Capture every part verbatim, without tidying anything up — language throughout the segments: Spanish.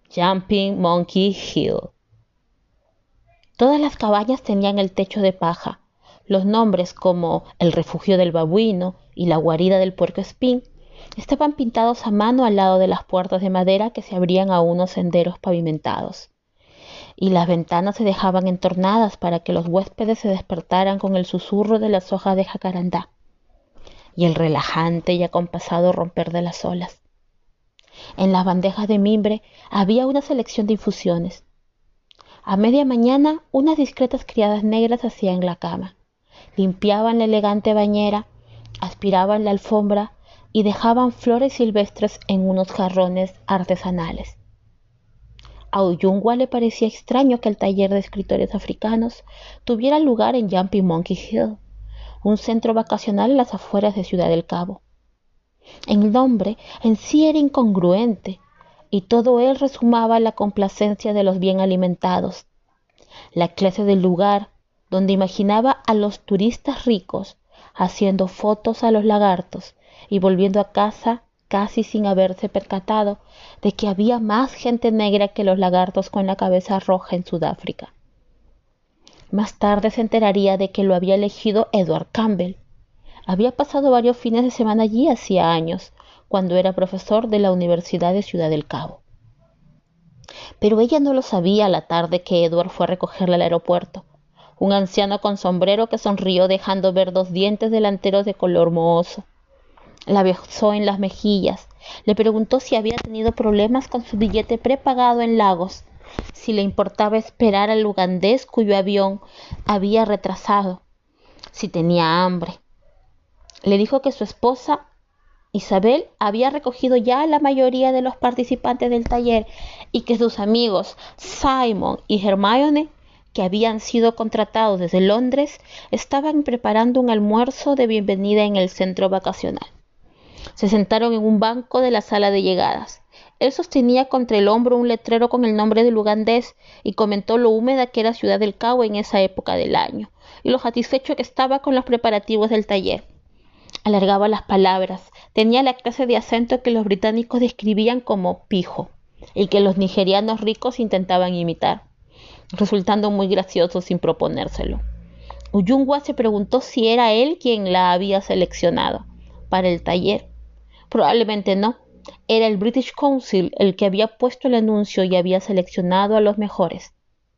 Jumping Monkey Hill. Todas las cabañas tenían el techo de paja. Los nombres como el refugio del babuino y la guarida del puercoespín estaban pintados a mano al lado de las puertas de madera que se abrían a unos senderos pavimentados. Y las ventanas se dejaban entornadas para que los huéspedes se despertaran con el susurro de las hojas de jacarandá y el relajante y acompasado romper de las olas. En las bandejas de mimbre había una selección de infusiones. A media mañana, unas discretas criadas negras hacían la cama, limpiaban la elegante bañera, aspiraban la alfombra y dejaban flores silvestres en unos jarrones artesanales. A Ujungwa le parecía extraño que el taller de escritores africanos tuviera lugar en Jumping Monkey Hill, un centro vacacional en las afueras de Ciudad del Cabo. El nombre en sí era incongruente, y todo él resumaba la complacencia de los bien alimentados, la clase del lugar donde imaginaba a los turistas ricos haciendo fotos a los lagartos y volviendo a casa casi sin haberse percatado de que había más gente negra que los lagartos con la cabeza roja en Sudáfrica. Más tarde se enteraría de que lo había elegido Edward Campbell. Había pasado varios fines de semana allí hacía años, cuando era profesor de la Universidad de Ciudad del Cabo. Pero ella no lo sabía la tarde que Edward fue a recogerla al aeropuerto, un anciano con sombrero que sonrió dejando ver dos dientes delanteros de color mohoso. La besó en las mejillas, le preguntó si había tenido problemas con su billete prepagado en Lagos, si le importaba esperar al ugandés cuyo avión había retrasado, si tenía hambre. Le dijo que su esposa, Isabel, había recogido ya a la mayoría de los participantes del taller y que sus amigos Simon y Hermione, que habían sido contratados desde Londres, estaban preparando un almuerzo de bienvenida en el centro vacacional. Se sentaron en un banco de la sala de llegadas. Él sostenía contra el hombro un letrero con el nombre del ugandés y comentó lo húmeda que era Ciudad del Cabo en esa época del año y lo satisfecho que estaba con los preparativos del taller. Alargaba las palabras, tenía la clase de acento que los británicos describían como pijo y que los nigerianos ricos intentaban imitar, resultando muy gracioso sin proponérselo. Ujungwa se preguntó si era él quien la había seleccionado para el taller. Probablemente no. Era el British Council el que había puesto el anuncio y había seleccionado a los mejores.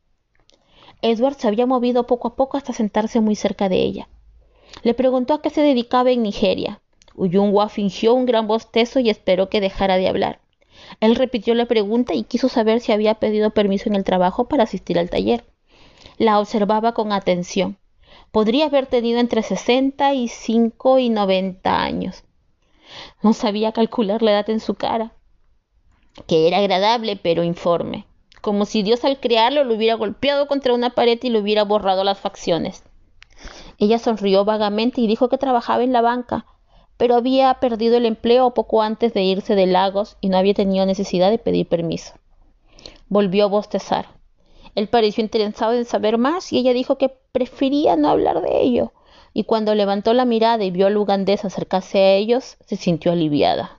Edward se había movido poco a poco hasta sentarse muy cerca de ella. Le preguntó a qué se dedicaba en Nigeria. Ujungwa fingió un gran bostezo y esperó que dejara de hablar. Él repitió la pregunta y quiso saber si había pedido permiso en el trabajo para asistir al taller. La observaba con atención. Podría haber tenido entre sesenta y cinco y noventa años. No sabía calcular la edad en su cara, que era agradable pero informe, como si Dios al crearlo lo hubiera golpeado contra una pared y le hubiera borrado las facciones. Ella sonrió vagamente y dijo que trabajaba en la banca, pero había perdido el empleo poco antes de irse de Lagos y no había tenido necesidad de pedir permiso. Volvió a bostezar. Él pareció interesado en saber más y ella dijo que prefería no hablar de ello. Y cuando levantó la mirada y vio al ugandés acercarse a ellos, se sintió aliviada.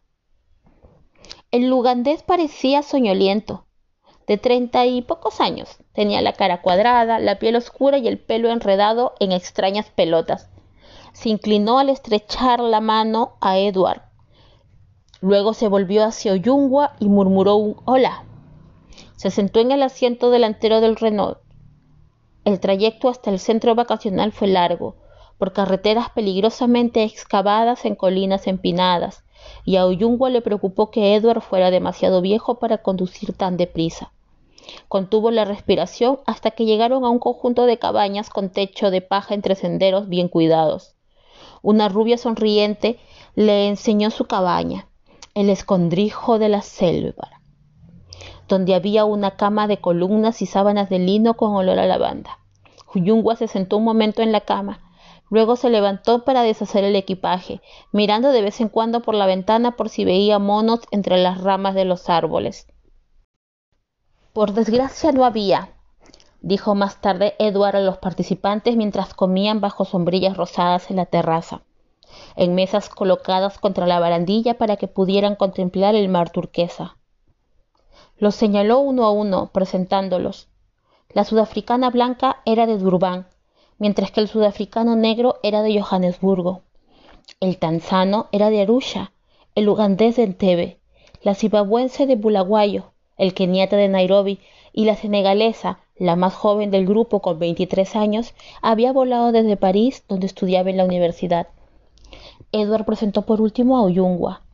El ugandés parecía soñoliento, de treinta y pocos años. Tenía la cara cuadrada, la piel oscura y el pelo enredado en extrañas pelotas. Se inclinó al estrechar la mano a Edward. Luego se volvió hacia Ujungwa y murmuró un hola. Se sentó en el asiento delantero del Renault. El trayecto hasta el centro vacacional fue largo, por carreteras peligrosamente excavadas en colinas empinadas, y a Ujungwa le preocupó que Edward fuera demasiado viejo para conducir tan deprisa. Contuvo la respiración hasta que llegaron a un conjunto de cabañas con techo de paja entre senderos bien cuidados. Una rubia sonriente le enseñó su cabaña, el escondrijo de la selva, donde había una cama de columnas y sábanas de lino con olor a lavanda. Ujungwa se sentó un momento en la cama. Luego se levantó para deshacer el equipaje, mirando de vez en cuando por la ventana por si veía monos entre las ramas de los árboles. Por desgracia no había, dijo más tarde Edward a los participantes mientras comían bajo sombrillas rosadas en la terraza, en mesas colocadas contra la barandilla para que pudieran contemplar el mar turquesa. Los señaló uno a uno, presentándolos. La sudafricana blanca era de Durban, mientras que el sudafricano negro era de Johannesburgo. El tanzano era de Arusha, el ugandés de Entebbe, la zimbabwense de Bulawayo, el keniata de Nairobi y la senegalesa, la más joven del grupo con veintitrés años, había volado desde París, donde estudiaba en la universidad. Edward presentó por último a Ujungwa.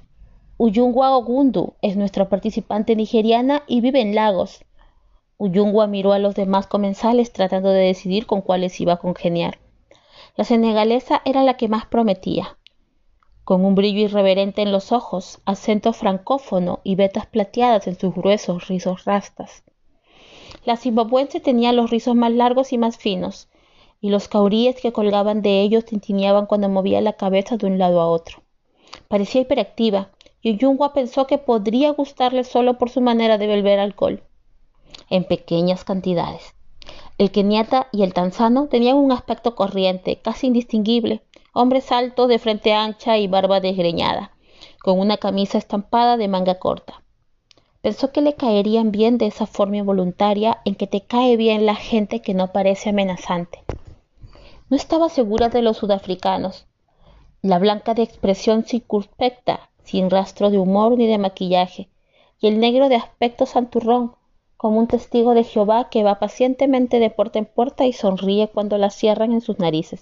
Ujungwa Ogundu es nuestra participante nigeriana y vive en Lagos. Ujungwa miró a los demás comensales tratando de decidir con cuáles iba a congeniar. La senegalesa era la que más prometía. Con un brillo irreverente en los ojos, acento francófono y vetas plateadas en sus gruesos rizos rastas. La zimbabuense tenía los rizos más largos y más finos, y los cauríes que colgaban de ellos tintineaban cuando movía la cabeza de un lado a otro. Parecía hiperactiva, y Ujungwa pensó que podría gustarle solo por su manera de beber alcohol, en pequeñas cantidades. El keniata y el tanzano tenían un aspecto corriente, casi indistinguible, hombres altos de frente ancha y barba desgreñada, con una camisa estampada de manga corta. Pensó que le caerían bien de esa forma involuntaria en que te cae bien la gente que no parece amenazante. No estaba segura de los sudafricanos. La blanca de expresión circunspecta, sin rastro de humor ni de maquillaje, y el negro de aspecto santurrón, como un testigo de Jehová que va pacientemente de puerta en puerta y sonríe cuando la cierran en sus narices.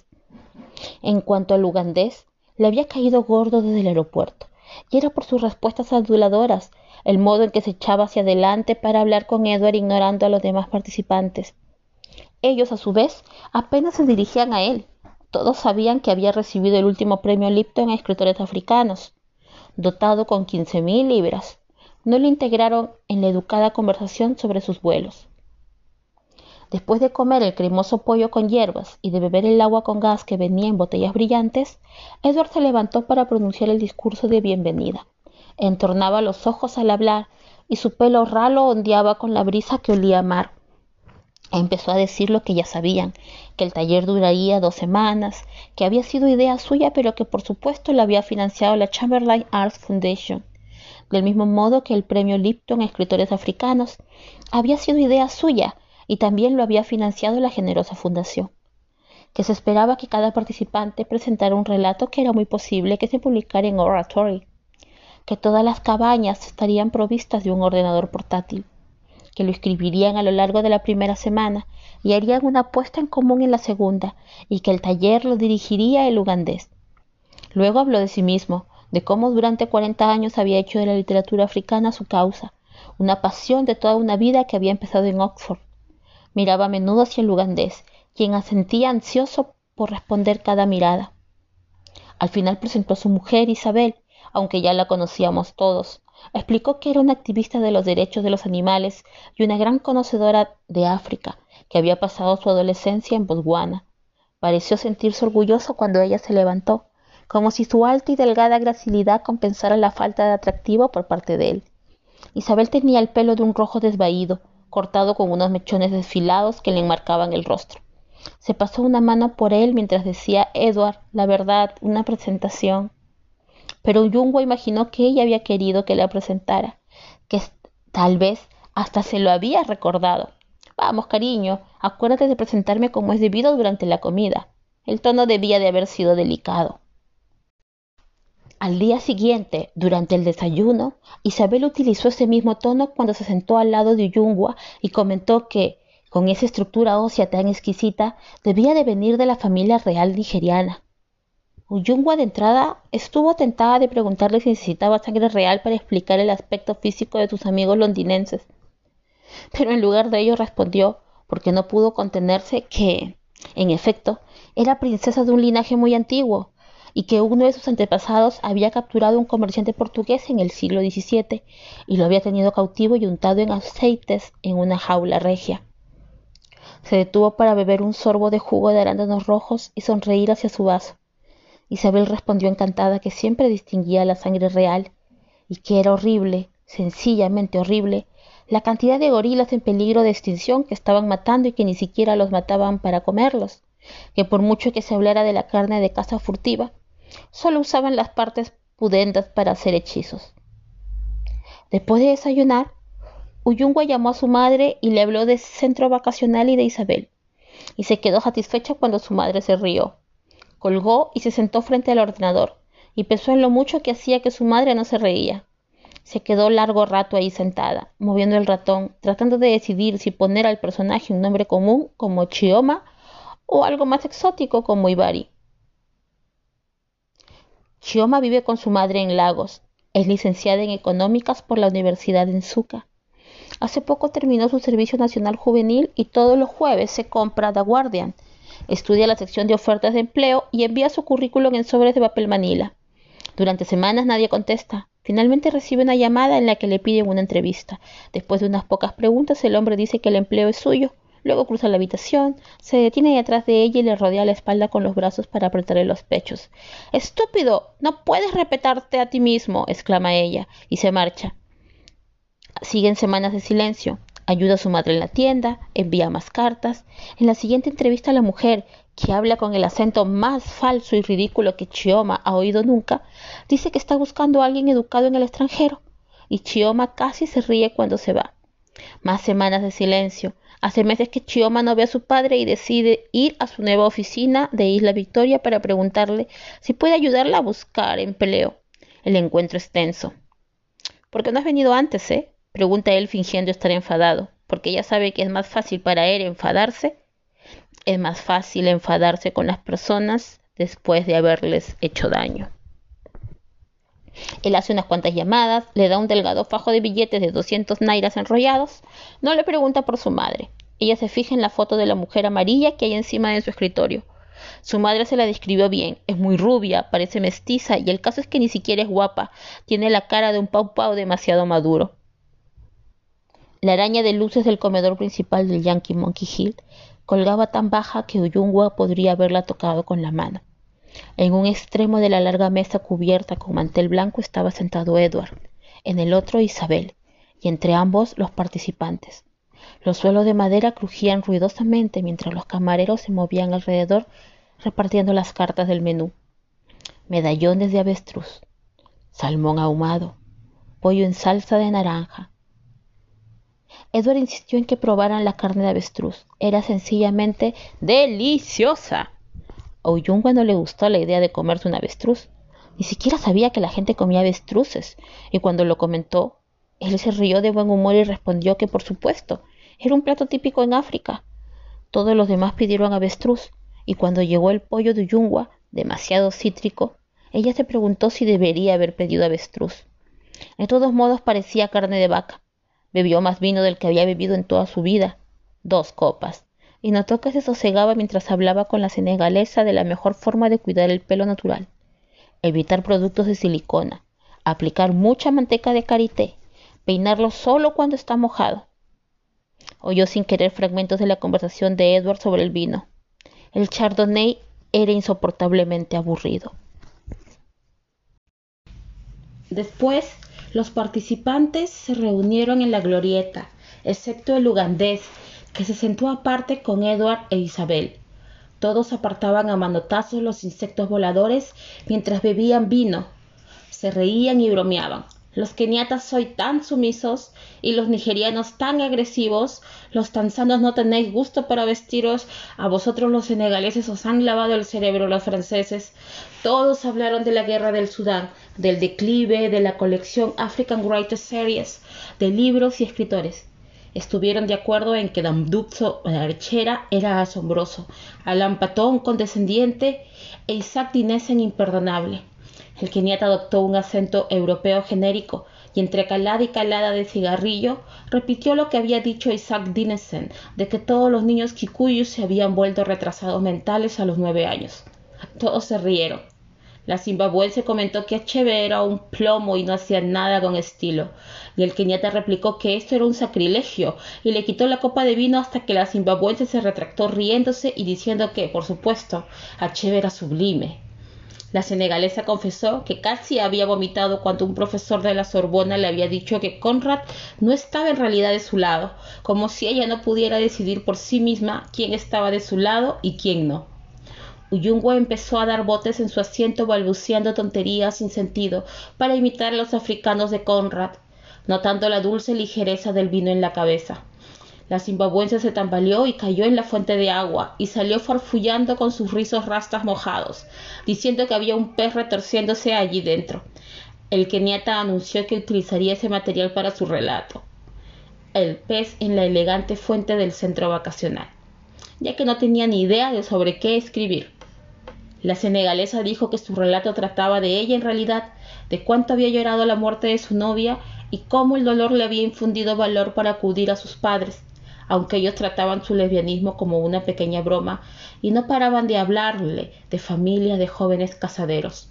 En cuanto al ugandés, le había caído gordo desde el aeropuerto, y era por sus respuestas aduladoras, el modo en que se echaba hacia adelante para hablar con Edward ignorando a los demás participantes. Ellos, a su vez, apenas se dirigían a él. Todos sabían que había recibido el último premio Lipton a escritores africanos, dotado con quince mil libras. No lo integraron en la educada conversación sobre sus vuelos. Después de comer el cremoso pollo con hierbas y de beber el agua con gas que venía en botellas brillantes, Edward se levantó para pronunciar el discurso de bienvenida. Entornaba los ojos al hablar y su pelo ralo ondeaba con la brisa que olía a mar. Empezó a decir lo que ya sabían, que el taller duraría dos semanas, que había sido idea suya pero que por supuesto la había financiado la Chamberlain Arts Foundation, del mismo modo que el premio Lipton a escritores africanos había sido idea suya y también lo había financiado la generosa fundación, que se esperaba que cada participante presentara un relato que era muy posible que se publicara en Oratory, que todas las cabañas estarían provistas de un ordenador portátil, que lo escribirían a lo largo de la primera semana y harían una puesta en común en la segunda, y que el taller lo dirigiría el ugandés. Luego habló de sí mismo, de cómo durante cuarenta años había hecho de la literatura africana su causa, una pasión de toda una vida que había empezado en Oxford. Miraba a menudo hacia el ugandés, quien asentía ansioso por responder cada mirada. Al final presentó a su mujer, Isabel, aunque ya la conocíamos todos. Explicó que era una activista de los derechos de los animales y una gran conocedora de África, que había pasado su adolescencia en Botswana. Pareció sentirse orgulloso cuando ella se levantó, como si su alta y delgada gracilidad compensara la falta de atractivo por parte de él. Isabel tenía el pelo de un rojo desvaído, cortado con unos mechones desfilados que le enmarcaban el rostro. Se pasó una mano por él mientras decía: Edward, la verdad, una presentación. Pero Ujungwa imaginó que ella había querido que la presentara, que tal vez hasta se lo había recordado. Vamos, cariño, acuérdate de presentarme como es debido durante la comida. El tono debía de haber sido delicado. Al día siguiente, durante el desayuno, Isabel utilizó ese mismo tono cuando se sentó al lado de Ujungwa y comentó que, con esa estructura ósea tan exquisita, debía de venir de la familia real nigeriana. Ujungwa de entrada estuvo tentada de preguntarle si necesitaba sangre real para explicar el aspecto físico de sus amigos londinenses, pero en lugar de ello respondió, porque no pudo contenerse, que, en efecto, era princesa de un linaje muy antiguo, y que uno de sus antepasados había capturado a un comerciante portugués en el siglo diecisiete y lo había tenido cautivo y untado en aceites en una jaula regia. Se detuvo para beber un sorbo de jugo de arándanos rojos y sonreír hacia su vaso. Isabel respondió encantada que siempre distinguía la sangre real y que era horrible, sencillamente horrible, la cantidad de gorilas en peligro de extinción que estaban matando y que ni siquiera los mataban para comerlos, que por mucho que se hablara de la carne de caza furtiva, solo usaban las partes pudendas para hacer hechizos. Después de desayunar, Uyungwa llamó a su madre y le habló de ese centro vacacional y de Isabel, y se quedó satisfecha cuando su madre se rió. Colgó y se sentó frente al ordenador, y pensó en lo mucho que hacía que su madre no se reía. Se quedó largo rato ahí sentada, moviendo el ratón, tratando de decidir si poner al personaje un nombre común como Chioma o algo más exótico como Ibari. Chioma vive con su madre en Lagos. Es licenciada en Económicas por la Universidad de Nsukka. Hace poco terminó su servicio nacional juvenil y todos los jueves se compra The Guardian. Estudia la sección de ofertas de empleo y envía su currículum en sobres de papel manila. Durante semanas nadie contesta. Finalmente recibe una llamada en la que le piden una entrevista. Después de unas pocas preguntas, el hombre dice que el empleo es suyo. Luego cruza la habitación, se detiene detrás de ella y le rodea la espalda con los brazos para apretarle los pechos. «¡Estúpido! ¡No puedes respetarte a ti mismo!», exclama ella, y se marcha. Siguen semanas de silencio. Ayuda a su madre en la tienda, envía más cartas. En la siguiente entrevista, la mujer, que habla con el acento más falso y ridículo que Chioma ha oído nunca, dice que está buscando a alguien educado en el extranjero, y Chioma casi se ríe cuando se va. Más semanas de silencio. Hace meses que Chioma no ve a su padre y decide ir a su nueva oficina de Isla Victoria para preguntarle si puede ayudarla a buscar empleo. El encuentro es tenso. «¿Por qué no has venido antes, eh?», pregunta él fingiendo estar enfadado, porque ella sabe que es más fácil para él enfadarse. Es más fácil enfadarse con las personas después de haberles hecho daño. Él hace unas cuantas llamadas, le da un delgado fajo de billetes de doscientos nairas enrollados. No le pregunta por su madre. Ella se fija en la foto de la mujer amarilla que hay encima de su escritorio. Su madre se la describió bien. Es muy rubia, parece mestiza, y el caso es que ni siquiera es guapa. Tiene la cara de un pau pau demasiado maduro. La araña de luces del comedor principal del Yankee Monkey Hill colgaba tan baja que Uyungwa podría haberla tocado con la mano. En un extremo de la larga mesa cubierta con mantel blanco estaba sentado Edward, en el otro Isabel, y entre ambos los participantes. Los suelos de madera crujían ruidosamente mientras los camareros se movían alrededor repartiendo las cartas del menú. Medallones de avestruz, salmón ahumado, pollo en salsa de naranja. Edward insistió en que probaran la carne de avestruz. Era sencillamente deliciosa. A Uyungwa no le gustó la idea de comerse un avestruz. Ni siquiera sabía que la gente comía avestruces, y cuando lo comentó, él se rió de buen humor y respondió que por supuesto, era un plato típico en África. Todos los demás pidieron avestruz, y cuando llegó el pollo de Uyungwa, demasiado cítrico, ella se preguntó si debería haber pedido avestruz. De todos modos parecía carne de vaca. Bebió más vino del que había bebido en toda su vida, dos copas, y notó que se sosegaba mientras hablaba con la senegalesa de la mejor forma de cuidar el pelo natural. Evitar productos de silicona, aplicar mucha manteca de karité, peinarlo solo cuando está mojado. Oyó sin querer fragmentos de la conversación de Edward sobre el vino. El chardonnay era insoportablemente aburrido. Después, los participantes se reunieron en la glorieta, excepto el ugandés, que se sentó aparte con Edward e Isabel. Todos apartaban a manotazos los insectos voladores mientras bebían vino. Se reían y bromeaban. Los keniatas sois tan sumisos y los nigerianos tan agresivos. Los tanzanos no tenéis gusto para vestiros. A vosotros los senegaleses os han lavado el cerebro los franceses. Todos hablaron de la guerra del Sudán, del declive de la colección African Writers Series, de libros y escritores. Estuvieron de acuerdo en que Damdutso Archera era asombroso, Alan Patton condescendiente e Isaac Dinesen imperdonable. El keniata adoptó un acento europeo genérico y entre calada y calada de cigarrillo repitió lo que había dicho Isaac Dinesen de que todos los niños kikuyus se habían vuelto retrasados mentales a los nueve años. Todos se rieron. La zimbabuense comentó que Achebe era un plomo y no hacía nada con estilo, y el keniata replicó que esto era un sacrilegio y le quitó la copa de vino hasta que la zimbabuense se retractó riéndose y diciendo que, por supuesto, Achebe era sublime. La senegalesa confesó que casi había vomitado cuando un profesor de la Sorbona le había dicho que Conrad no estaba en realidad de su lado, como si ella no pudiera decidir por sí misma quién estaba de su lado y quién no. Uyungwa empezó a dar botes en su asiento balbuceando tonterías sin sentido para imitar a los africanos de Conrad. notando la dulce ligereza del vino en la cabeza. La zimbabuense se tambaleó y cayó en la fuente de agua y salió farfullando con sus rizos rastas mojados, diciendo que había un pez retorciéndose allí dentro. El keniata anunció que utilizaría ese material para su relato, el pez en la elegante fuente del centro vacacional, ya que no tenía ni idea de sobre qué escribir. La senegalesa dijo que su relato trataba de ella en realidad, de cuánto había llorado la muerte de su novia y cómo el dolor le había infundido valor para acudir a sus padres, aunque ellos trataban su lesbianismo como una pequeña broma y no paraban de hablarle de familias de jóvenes casaderos.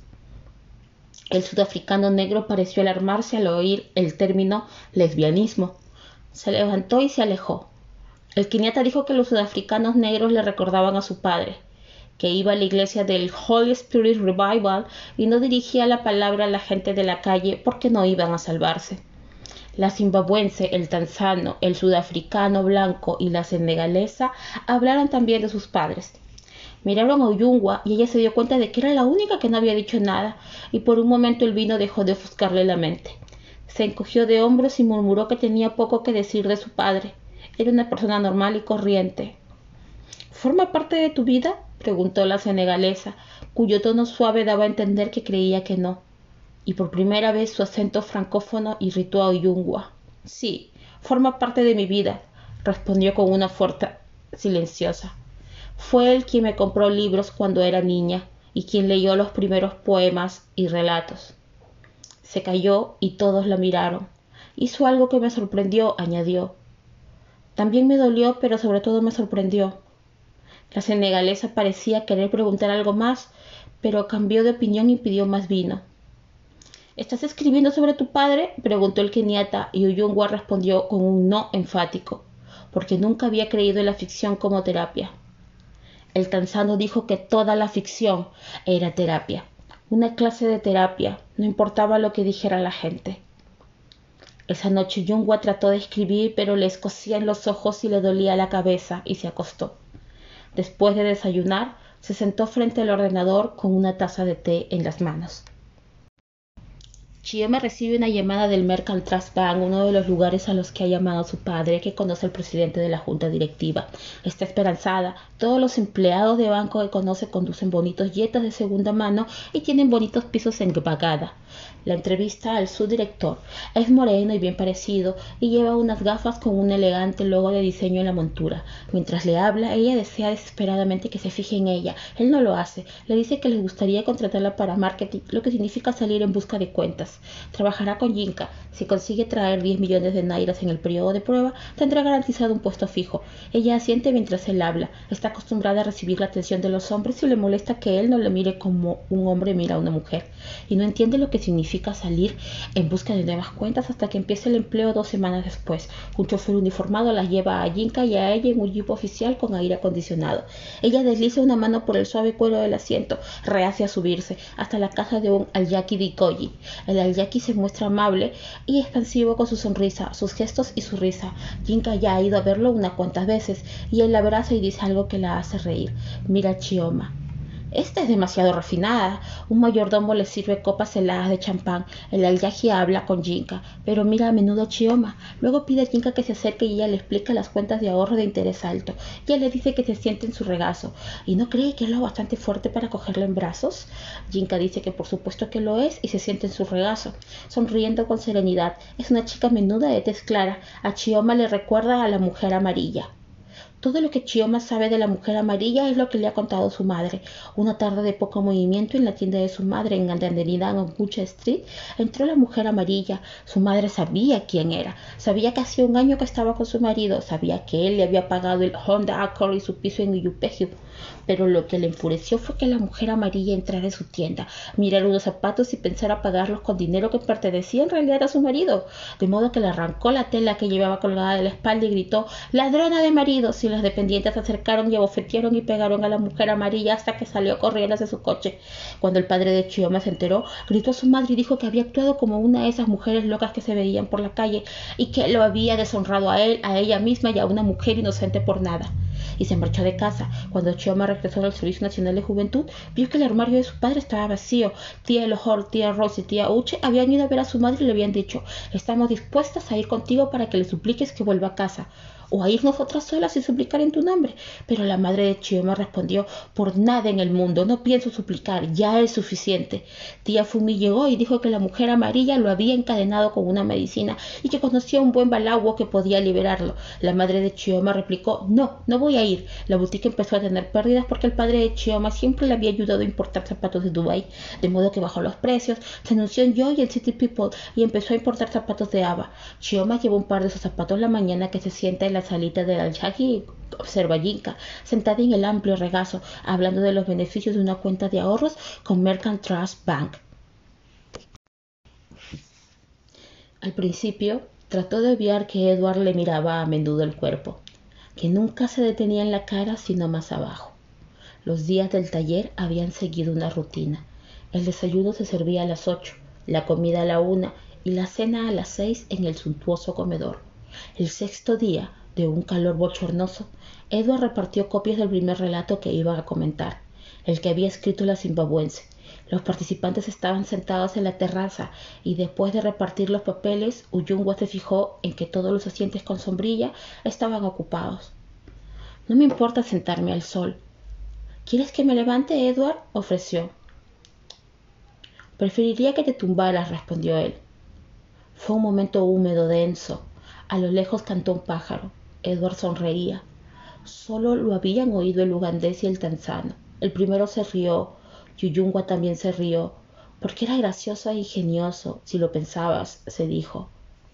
El sudafricano negro pareció alarmarse al oír el término lesbianismo. Se levantó y se alejó. El keniata dijo que los sudafricanos negros le recordaban a su padre, que iba a la iglesia del Holy Spirit Revival y no dirigía la palabra a la gente de la calle porque no iban a salvarse. La zimbabuense, el tanzano, el sudafricano blanco y la senegalesa hablaron también de sus padres. Miraron a Uyungwa y ella se dio cuenta de que era la única que no había dicho nada, y por un momento el vino dejó de ofuscarle la mente. Se encogió de hombros y murmuró que tenía poco que decir de su padre. Era una persona normal y corriente. ¿Forma parte de tu vida?, preguntó la senegalesa, cuyo tono suave daba a entender que creía que no. Y por primera vez su acento francófono irritó a Uyungwa. Sí, forma parte de mi vida, respondió con una fuerza silenciosa. Fue él quien me compró libros cuando era niña y quien leyó los primeros poemas y relatos. Se calló y todos la miraron. Hizo algo que me sorprendió, añadió. También me dolió, pero sobre todo me sorprendió. La senegalesa parecía querer preguntar algo más, pero cambió de opinión y pidió más vino. ¿Estás escribiendo sobre tu padre?, preguntó el keniata, y Uyungwa respondió con un no enfático, porque nunca había creído en la ficción como terapia. El tanzano dijo que toda la ficción era terapia, una clase de terapia, no importaba lo que dijera la gente. Esa noche Uyungwa trató de escribir, pero le escocían los ojos y le dolía la cabeza, y se acostó. Después de desayunar, se sentó frente al ordenador con una taza de té en las manos. Chioma recibe una llamada del Mercant Trust Bank, uno de los lugares a los que ha llamado su padre, que conoce al presidente de la junta directiva. Está esperanzada. Todos los empleados de banco que conoce conducen bonitos yetas de segunda mano y tienen bonitos pisos en Bagada. La entrevista al subdirector. Es moreno y bien parecido y lleva unas gafas con un elegante logo de diseño en la montura. Mientras le habla, ella desea desesperadamente que se fije en ella. Él no lo hace. Le dice que les gustaría contratarla para marketing, lo que significa salir en busca de cuentas. Trabajará con Yinka. Si consigue traer diez millones de nairas en el periodo de prueba, tendrá garantizado un puesto fijo. Ella asiente mientras él habla. Está acostumbrada a recibir la atención de los hombres y le molesta que él no le mire como un hombre mira a una mujer. Y no entiende lo que significa salir en busca de nuevas cuentas hasta que empiece el empleo dos semanas después. Un chofer uniformado la lleva a Yinka y a ella en un jeep oficial con aire acondicionado. Ella desliza una mano por el suave cuero del asiento, reacia a subirse, hasta la casa de un Alyaki de Ikoyi. El Alyaki se muestra amable y expansivo con su sonrisa, sus gestos y su risa. Yinka ya ha ido a verlo unas cuantas veces y él la abraza y dice algo que la hace reír. Mira a Chioma. Esta es demasiado refinada. Un mayordomo le sirve copas heladas de champán. El Alyaki habla con Yinka, pero mira a menudo a Chioma. Luego pide a Yinka que se acerque y ella le explica las cuentas de ahorro de interés alto. Ella le dice que se siente en su regazo. ¿Y no cree que es lo bastante fuerte para cogerla en brazos? Yinka dice que por supuesto que lo es y se siente en su regazo, sonriendo con serenidad. Es una chica menuda de tez clara. A Chioma le recuerda a la mujer amarilla. Todo lo que Chioma sabe de la mujer amarilla es lo que le ha contado su madre. Una tarde de poco movimiento en la tienda de su madre en Avenida Ongucha Street, entró la mujer amarilla. Su madre sabía quién era. Sabía que hacía un año que estaba con su marido. Sabía que él le había pagado el Honda Accord y su piso en Uyupegio. Pero lo que le enfureció fue que la mujer amarilla entrara en su tienda, mirara unos zapatos y pensara pagarlos con dinero que pertenecía en realidad a su marido. De modo que le arrancó la tela que llevaba colgada de la espalda y gritó: «¡Ladrona de maridos!». Y las dependientes se acercaron y abofetearon y pegaron a la mujer amarilla hasta que salió corriendo hacia su coche. Cuando el padre de Chioma se enteró, gritó a su madre y dijo que había actuado como una de esas mujeres locas que se veían por la calle y que lo había deshonrado a él, a ella misma y a una mujer inocente por nada. y se marchó de casa. Cuando Chioma regresó al Servicio Nacional de Juventud, vio que el armario de su padre estaba vacío. Tía Elohor, tía Rose y tía Uche habían ido a ver a su madre y le habían dicho: estamos dispuestas a ir contigo para que le supliques que vuelva a casa, o a ir nosotras solas y suplicar en tu nombre. Pero la madre de Chioma respondió: por nada en el mundo, no pienso suplicar, ya es suficiente. Tía Fumi llegó y dijo que la mujer amarilla lo había encadenado con una medicina y que conocía un buen balagüo que podía liberarlo. La madre de Chioma replicó: no, no voy a ir. La boutique empezó a tener pérdidas porque el padre de Chioma siempre le había ayudado a importar zapatos de Dubái, de modo que bajó los precios, se anunció en Yo y el City People y empezó a importar zapatos de Ava. Chioma llevó un par de esos zapatos la mañana que se sienta en la salita del Al-Shaki y observa a Yinka, sentada en el amplio regazo, hablando de los beneficios de una cuenta de ahorros con Merchant Trust Bank. Al principio, trató de obviar que Edward le miraba a menudo el cuerpo, que nunca se detenía en la cara sino más abajo. Los días del taller habían seguido una rutina. El desayuno se servía a las ocho, la comida a la una y la cena a las seis en el suntuoso comedor. El sexto día, de un calor bochornoso, Edward repartió copias del primer relato que iba a comentar, el que había escrito la zimbabuense. Los participantes estaban sentados en la terraza y después de repartir los papeles, Uyungwa se fijó en que todos los asientos con sombrilla estaban ocupados. No me importa sentarme al sol. ¿Quieres que me levante, Edward?, ofreció. Preferiría que te tumbaras, respondió él. Fue un momento húmedo, denso. A lo lejos cantó un pájaro. Edward sonreía. Solo lo habían oído el ugandés y el tanzano. El primero se rió. Uyungwa también se rió, porque era gracioso e ingenioso, si lo pensabas, se dijo.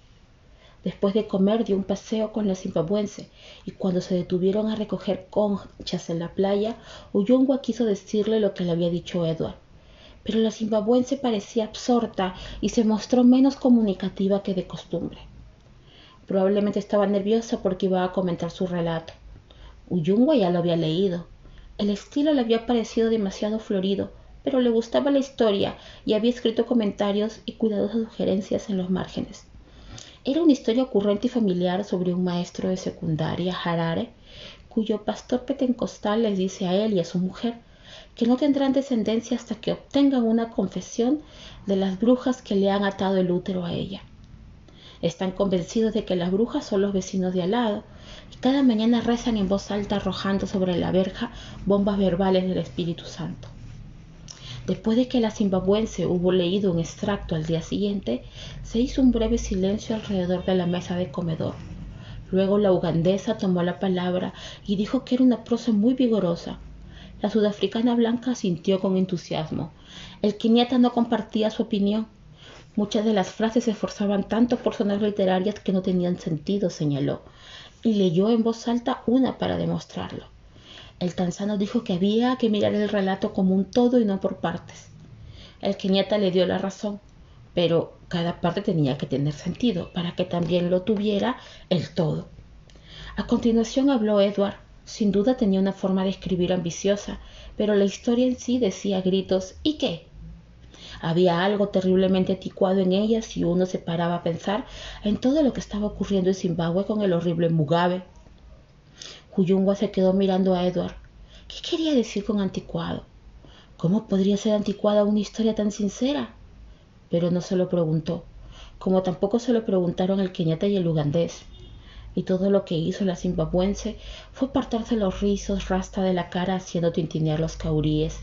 Después de comer dio un paseo con la zimbabuense, y cuando se detuvieron a recoger conchas en la playa, Uyungwa quiso decirle lo que le había dicho Edward. Pero la zimbabuense parecía absorta y se mostró menos comunicativa que de costumbre. Probablemente estaba nerviosa porque iba a comentar su relato. Uyungwa ya lo había leído. El estilo le había parecido demasiado florido, pero le gustaba la historia y había escrito comentarios y cuidadosas sugerencias en los márgenes. Era una historia ocurrente y familiar sobre un maestro de secundaria, Harare, cuyo pastor pentecostal les dice a él y a su mujer que no tendrán descendencia hasta que obtengan una confesión de las brujas que le han atado el útero a ella. Están convencidos de que las brujas son los vecinos de al lado y cada mañana rezan en voz alta arrojando sobre la verja bombas verbales del Espíritu Santo. Después de que la zimbabuense hubo leído un extracto al día siguiente, se hizo un breve silencio alrededor de la mesa de comedor. Luego la ugandesa tomó la palabra y dijo que era una prosa muy vigorosa. La sudafricana blanca asintió con entusiasmo. El keniata no compartía su opinión. Muchas de las frases se esforzaban tanto por sonar literarias que no tenían sentido, señaló, y leyó en voz alta una para demostrarlo. El tanzano dijo que había que mirar el relato como un todo y no por partes. El keniata le dio la razón, pero cada parte tenía que tener sentido para que también lo tuviera el todo. A continuación habló Edward. Sin duda tenía una forma de escribir ambiciosa, pero la historia en sí decía a gritos: ¿y qué? Había algo terriblemente anticuado en ella si uno se paraba a pensar en todo lo que estaba ocurriendo en Zimbabue con el horrible Mugabe. Uyungwa se quedó mirando a Edward. ¿Qué quería decir con anticuado? ¿Cómo podría ser anticuada una historia tan sincera? Pero no se lo preguntó, como tampoco se lo preguntaron el keniata y el ugandés. Y todo lo que hizo la zimbabuense fue apartarse los rizos rasta de la cara haciendo tintinear los cauríes.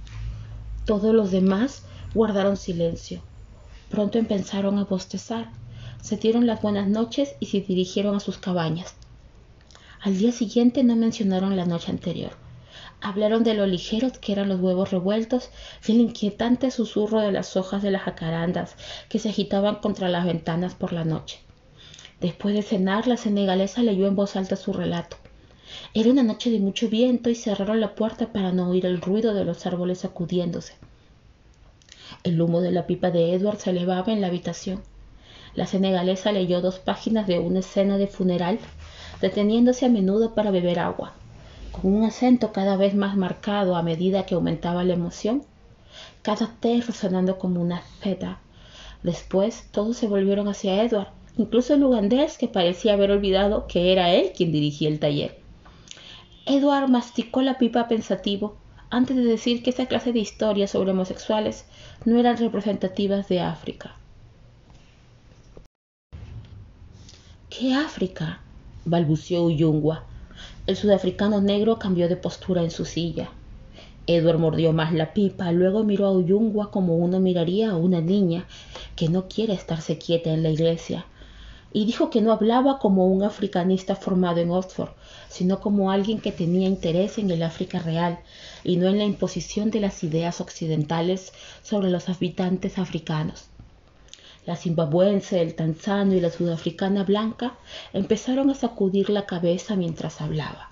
Todos los demás guardaron silencio. Pronto empezaron a bostezar, se dieron las buenas noches y se dirigieron a sus cabañas. Al día siguiente no mencionaron la noche anterior. Hablaron de lo ligeros que eran los huevos revueltos y el inquietante susurro de las hojas de las jacarandas que se agitaban contra las ventanas por la noche. Después de cenar, la senegalesa leyó en voz alta su relato. Era una noche de mucho viento y cerraron la puerta para no oír el ruido de los árboles sacudiéndose. El humo de la pipa de Edward se elevaba en la habitación. La senegalesa leyó dos páginas de una escena de funeral, deteniéndose a menudo para beber agua, con un acento cada vez más marcado a medida que aumentaba la emoción, cada T resonando como una Z. Después todos se volvieron hacia Edward, incluso el ugandés, que parecía haber olvidado que era él quien dirigía el taller. Edward masticó la pipa pensativo antes de decir que esa clase de historias sobre homosexuales no eran representativas de África. ¿Qué África?, balbuceó Uyungwa. El sudafricano negro cambió de postura en su silla. Edward mordió más la pipa, luego miró a Uyungwa como uno miraría a una niña que no quiere estarse quieta en la iglesia, y dijo que no hablaba como un africanista formado en Oxford, sino como alguien que tenía interés en el África real y no en la imposición de las ideas occidentales sobre los habitantes africanos. La zimbabuense, el tanzano y la sudafricana blanca empezaron a sacudir la cabeza mientras hablaba.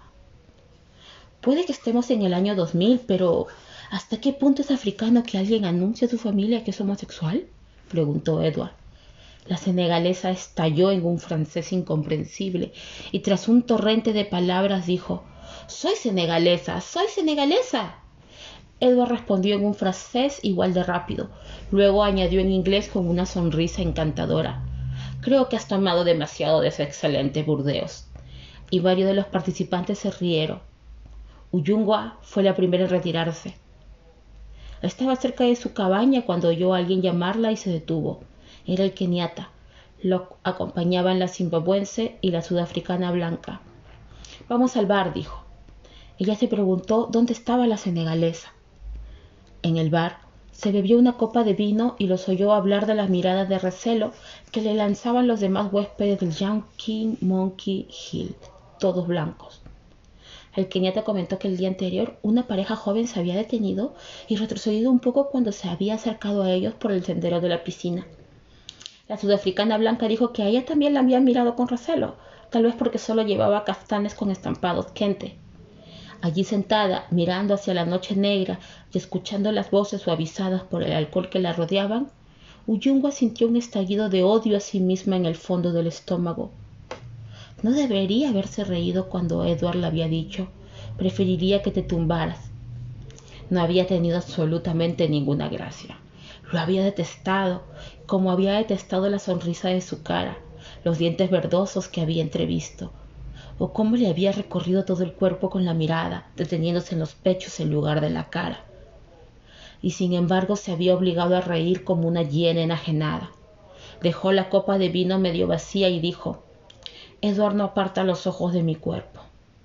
Puede que estemos en el año dos mil, pero ¿hasta qué punto es africano que alguien anuncie a su familia que es homosexual?, preguntó Edward. La senegalesa estalló en un francés incomprensible y tras un torrente de palabras dijo: «Soy senegalesa, soy senegalesa». Edward respondió en un francés igual de rápido. Luego añadió en inglés con una sonrisa encantadora: «Creo que has tomado demasiado de ese excelente Burdeos». Y varios de los participantes se rieron. Uyungwa fue la primera en retirarse. Estaba cerca de su cabaña cuando oyó a alguien llamarla y se detuvo. Era el keniata. Lo acompañaban la zimbabuense y la sudafricana blanca. «Vamos al bar», dijo. Ella se preguntó dónde estaba la senegalesa. En el bar se bebió una copa de vino y los oyó hablar de las miradas de recelo que le lanzaban los demás huéspedes del Yankee Monkey Hill, todos blancos. El keniata comentó que el día anterior una pareja joven se había detenido y retrocedido un poco cuando se había acercado a ellos por el sendero de la piscina. La sudafricana blanca dijo que a ella también la habían mirado con recelo, tal vez porque solo llevaba caftanes con estampados Kente. Allí sentada, mirando hacia la noche negra y escuchando las voces suavizadas por el alcohol que la rodeaban, Uyungwa sintió un estallido de odio a sí misma en el fondo del estómago. No debería haberse reído cuando Edward le había dicho: «Preferiría que te tumbaras». No había tenido absolutamente ninguna gracia. Lo había detestado, como había detestado la sonrisa de su cara, los dientes verdosos que había entrevisto, o cómo le había recorrido todo el cuerpo con la mirada, deteniéndose en los pechos en lugar de la cara. Y sin embargo se había obligado a reír como una hiena enajenada. Dejó la copa de vino medio vacía y dijo: «Edward no aparta los ojos de mi cuerpo».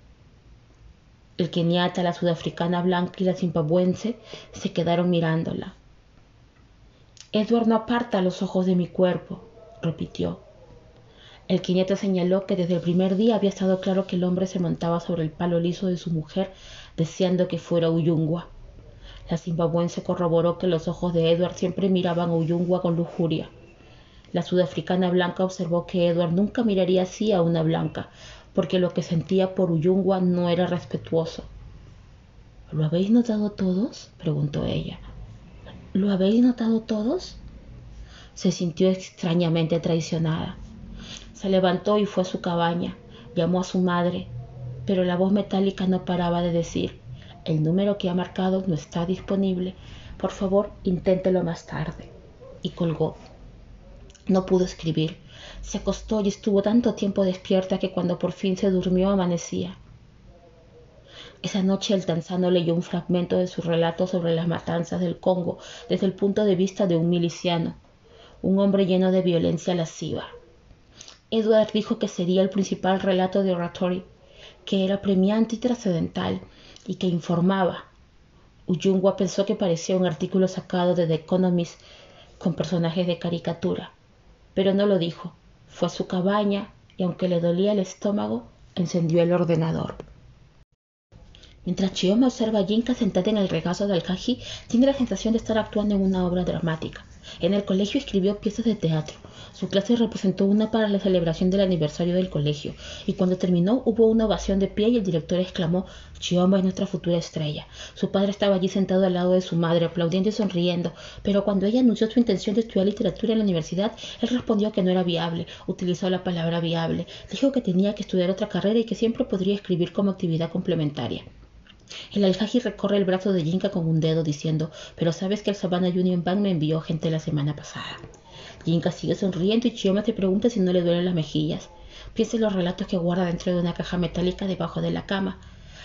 El keniata, la sudafricana blanca y la zimbabuense se quedaron mirándola. «Edward no aparta los ojos de mi cuerpo», repitió. El keniata señaló que desde el primer día había estado claro que el hombre se montaba sobre el palo liso de su mujer, deseando que fuera Uyungwa. La zimbabuense corroboró que los ojos de Edward siempre miraban a Uyungwa con lujuria. La sudafricana blanca observó que Edward nunca miraría así a una blanca, porque lo que sentía por Uyungwa no era respetuoso. «¿Lo habéis notado todos?», preguntó ella. «¿Lo habéis notado todos?». Se sintió extrañamente traicionada. Se levantó y fue a su cabaña. Llamó a su madre, pero la voz metálica no paraba de decir: «El número que ha marcado no está disponible. Por favor, inténtelo más tarde». Y colgó. No pudo escribir. Se acostó y estuvo tanto tiempo despierta que cuando por fin se durmió amanecía. Esa noche el tanzano leyó un fragmento de su relato sobre las matanzas del Congo desde el punto de vista de un miliciano, un hombre lleno de violencia lasciva. Edward dijo que sería el principal relato de Oratory, que era premiante y trascendental y que informaba. Uyungwa pensó que parecía un artículo sacado de The Economist con personajes de caricatura, pero no lo dijo. Fue a su cabaña y, aunque le dolía el estómago, encendió el ordenador. Mientras Chioma observa a Yinka sentada en el regazo de Alhaji, tiene la sensación de estar actuando en una obra dramática. En el colegio escribió piezas de teatro. Su clase representó una para la celebración del aniversario del colegio, y cuando terminó hubo una ovación de pie y el director exclamó: «Chioma es nuestra futura estrella». Su padre estaba allí sentado al lado de su madre, aplaudiendo y sonriendo, pero cuando ella anunció su intención de estudiar literatura en la universidad, él respondió que no era viable. Utilizó la palabra viable. Dijo que tenía que estudiar otra carrera y que siempre podría escribir como actividad complementaria. El Alhaji recorre el brazo de Yinka con un dedo diciendo: «Pero sabes que el Savannah Union Bank me envió gente la semana pasada». Yinka sigue sonriendo y Chioma se pregunta si no le duelen las mejillas. Piensa en los relatos que guarda dentro de una caja metálica debajo de la cama.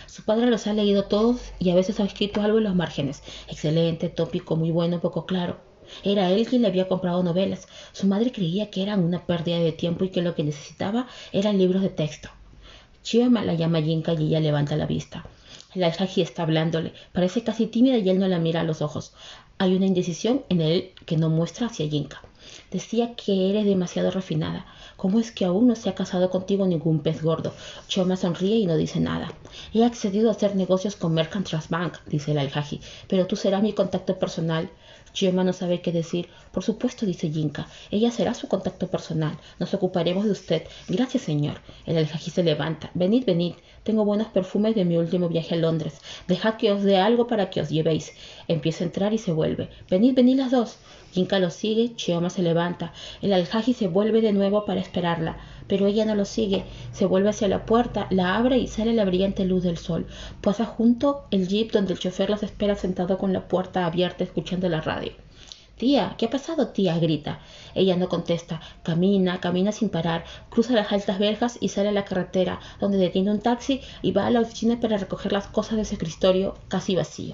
Su padre los ha leído todos y a veces ha escrito algo en los márgenes. Excelente, tópico, muy bueno, poco claro. Era él quien le había comprado novelas. Su madre creía que eran una pérdida de tiempo y que lo que necesitaba eran libros de texto. Chioma la llama Yinka y ella levanta la vista. El alhaji está hablándole. Parece casi tímida y él no la mira a los ojos. Hay una indecisión en él que no muestra hacia Yinka. Decía que eres demasiado refinada. ¿Cómo es que aún no se ha casado contigo ningún pez gordo? Chioma sonríe y no dice nada. He accedido a hacer negocios con Merchant Trust Bank, dice el alhaji, pero tú serás mi contacto personal. Chioma no sabe qué decir. Por supuesto, dice Yinka. Ella será su contacto personal. Nos ocuparemos de usted. Gracias, señor. El alhaji se levanta. Venid, venid. Tengo buenos perfumes de mi último viaje a Londres. Dejad que os dé algo para que os llevéis. Empieza a entrar y se vuelve. Venid, venid las dos. Yinka lo sigue. Chioma se levanta. El alhaji se vuelve de nuevo para esperarla. Pero ella no lo sigue. Se vuelve hacia la puerta, la abre y sale la brillante luz del sol. Pasa junto el jeep donde el chofer las espera sentado con la puerta abierta escuchando la radio. Tía, ¿qué ha pasado, tía? Grita. Ella no contesta. Camina, camina sin parar, cruza las altas verjas y sale a la carretera, donde detiene un taxi y va a la oficina para recoger las cosas de su escritorio casi vacío.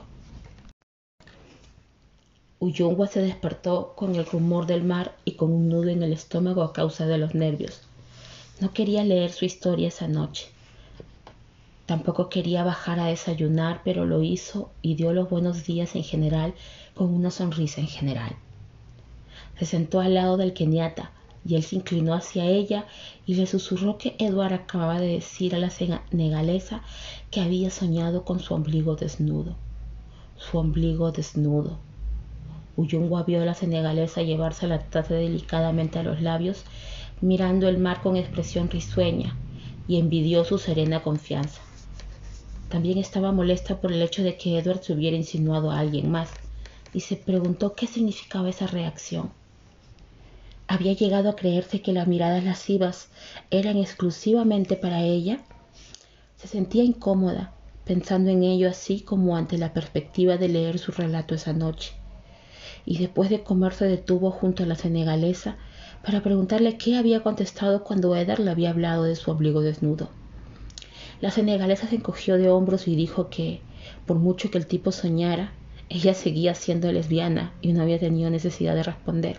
Uyungwa se despertó con el rumor del mar y con un nudo en el estómago a causa de los nervios. No quería leer su historia esa noche. Tampoco quería bajar a desayunar, pero lo hizo y dio los buenos días en general con una sonrisa en general. Se sentó al lado del keniata y él se inclinó hacia ella y le susurró que Edward acababa de decir a la senegalesa que había soñado con su ombligo desnudo. Su ombligo desnudo. Uyungwa vio a la senegalesa llevarse la taza delicadamente a los labios, mirando el mar con expresión risueña, y envidió su serena confianza. También estaba molesta por el hecho de que Edward se hubiera insinuado a alguien más, y se preguntó qué significaba esa reacción. ¿Había llegado a creerse que las miradas lascivas eran exclusivamente para ella? Se sentía incómoda, pensando en ello, así como ante la perspectiva de leer su relato esa noche. Y después de comer se detuvo junto a la senegalesa para preguntarle qué había contestado cuando Edward le había hablado de su ombligo desnudo. La senegalesa se encogió de hombros y dijo que, por mucho que el tipo soñara, ella seguía siendo lesbiana y no había tenido necesidad de responder.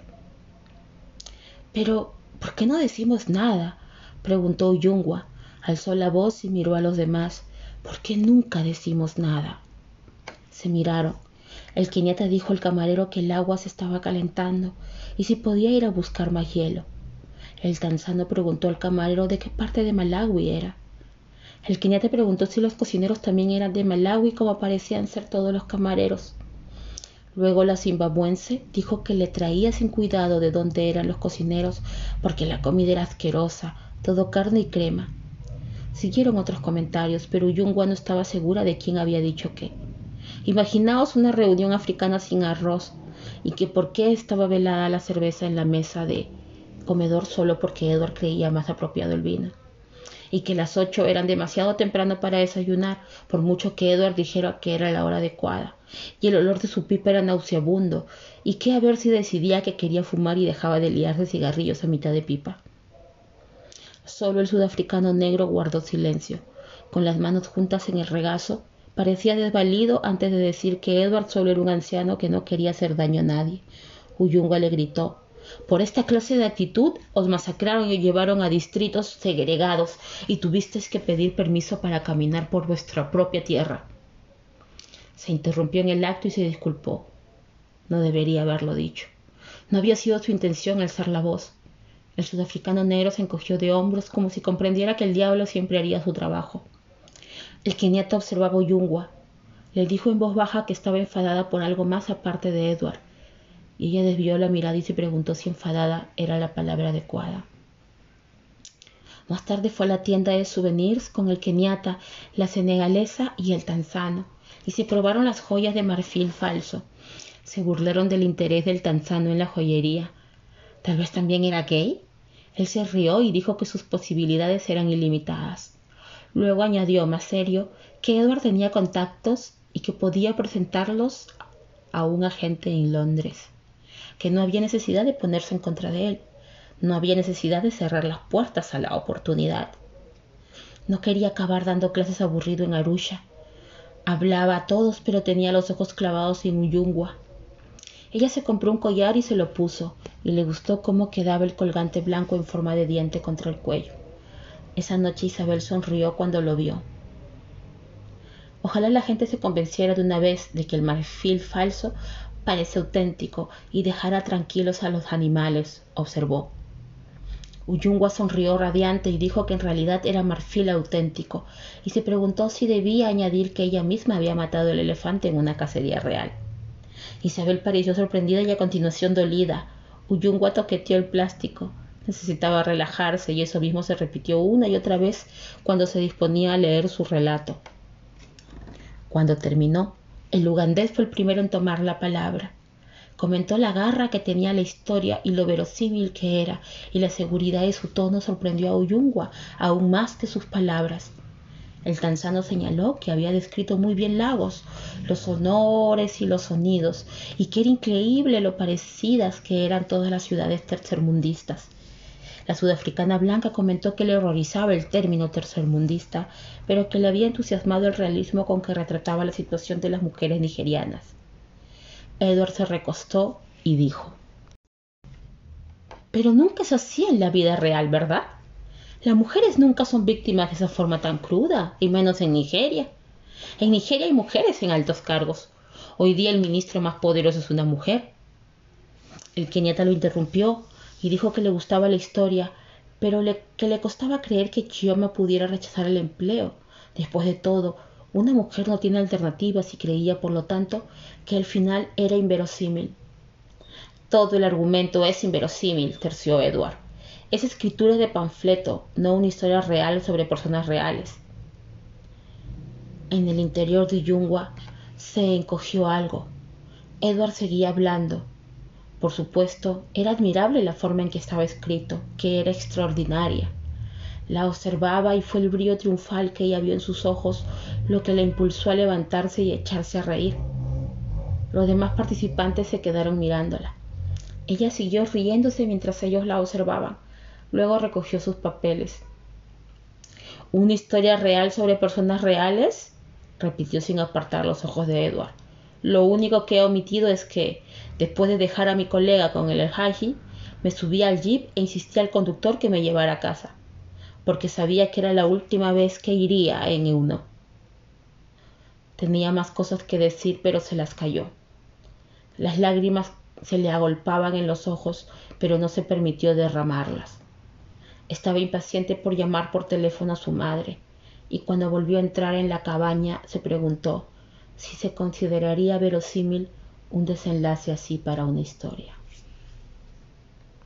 «Pero, ¿por qué no decimos nada?», preguntó Uyungwa. Alzó la voz y miró a los demás. «¿Por qué nunca decimos nada?». Se miraron. El keniata dijo al camarero que el agua se estaba calentando y si podía ir a buscar más hielo. El tanzano preguntó al camarero de qué parte de Malawi era. El keniata preguntó si los cocineros también eran de Malawi, como parecían ser todos los camareros. Luego la zimbabuense dijo que le traía sin cuidado de dónde eran los cocineros, porque la comida era asquerosa, todo carne y crema. Siguieron otros comentarios, pero Uyungwa no estaba segura de quién había dicho qué. Imaginaos una reunión africana sin arroz, y que por qué estaba velada la cerveza en la mesa de comedor solo porque Edward creía más apropiado el vino, y que las ocho eran demasiado temprano para desayunar, por mucho que Edward dijera que era la hora adecuada, y el olor de su pipa era nauseabundo, y qué a ver si decidía que quería fumar y dejaba de liarse cigarrillos a mitad de pipa. Solo el sudafricano negro guardó silencio, con las manos juntas en el regazo. Parecía desvalido antes de decir que Edward solo era un anciano que no quería hacer daño a nadie. Uyungwa le gritó: «Por esta clase de actitud os masacraron y llevaron a distritos segregados y tuvisteis que pedir permiso para caminar por vuestra propia tierra». Se interrumpió en el acto y se disculpó. No debería haberlo dicho. No había sido su intención alzar la voz. El sudafricano negro se encogió de hombros como si comprendiera que el diablo siempre haría su trabajo. El keniata observaba a Uyungwa. Le dijo en voz baja que estaba enfadada por algo más aparte de Edward, y ella desvió la mirada y se preguntó si enfadada era la palabra adecuada. Más tarde fue a la tienda de souvenirs con el keniata, la senegalesa y el tanzano, y se probaron las joyas de marfil falso. Se burlaron del interés del tanzano en la joyería. ¿Tal vez también era gay? Él se rió y dijo que sus posibilidades eran ilimitadas. Luego añadió, más serio, que Edward tenía contactos y que podía presentarlos a un agente en Londres, que no había necesidad de ponerse en contra de él, no había necesidad de cerrar las puertas a la oportunidad. No quería acabar dando clases aburrido en Arusha, Hablaba a todos, pero tenía los ojos clavados en Uyungwa. Ella se compró un collar y se lo puso, y le gustó cómo quedaba el colgante blanco en forma de diente contra el cuello. Esa noche Isabel sonrió cuando lo vio. Ojalá la gente se convenciera de una vez de que el marfil falso parece auténtico y dejara tranquilos a los animales, observó. Uyungwa sonrió radiante y dijo que en realidad era marfil auténtico, y se preguntó si debía añadir que ella misma había matado el elefante en una cacería real. Isabel pareció sorprendida y a continuación dolida. Uyungwa toqueteó el plástico. Necesitaba relajarse y eso mismo se repitió una y otra vez cuando se disponía a leer su relato. Cuando terminó, el ugandés fue el primero en tomar la palabra. Comentó la garra que tenía la historia y lo verosímil que era, y la seguridad de su tono sorprendió a Uyungwa aún más que sus palabras. El tanzano señaló que había descrito muy bien Lagos, los honores y los sonidos, y que era increíble lo parecidas que eran todas las ciudades tercermundistas. La sudafricana blanca comentó que le horrorizaba el término tercermundista, pero que le había entusiasmado el realismo con que retrataba la situación de las mujeres nigerianas. Edward se recostó y dijo: «Pero nunca es así en la vida real, ¿verdad? Las mujeres nunca son víctimas de esa forma tan cruda, y menos en Nigeria. En Nigeria hay mujeres en altos cargos. Hoy día el ministro más poderoso es una mujer». El keniata lo interrumpió y dijo que le gustaba la historia, pero le, que le costaba creer que Chioma pudiera rechazar el empleo. Después de todo, una mujer no tiene alternativas y creía, por lo tanto, que el final era inverosímil. «Todo el argumento es inverosímil», terció Edward. «Es escritura de panfleto, no una historia real sobre personas reales». En el interior de Uyungwa se encogió algo. Edward seguía hablando. Por supuesto, era admirable la forma en que estaba escrito, que era extraordinaria. La observaba y fue el brillo triunfal que ella vio en sus ojos lo que la impulsó a levantarse y echarse a reír. Los demás participantes se quedaron mirándola. Ella siguió riéndose mientras ellos la observaban. Luego recogió sus papeles. «¿Una historia real sobre personas reales?», repitió sin apartar los ojos de Edward. «Lo único que he omitido es que, después de dejar a mi colega con el Haji, me subí al jeep e insistí al conductor que me llevara a casa, porque sabía que era la última vez que iría en uno». Tenía más cosas que decir, pero se las calló. Las lágrimas se le agolpaban en los ojos, pero no se permitió derramarlas. Estaba impaciente por llamar por teléfono a su madre, y cuando volvió a entrar en la cabaña se preguntó si se consideraría verosímil un desenlace así para una historia.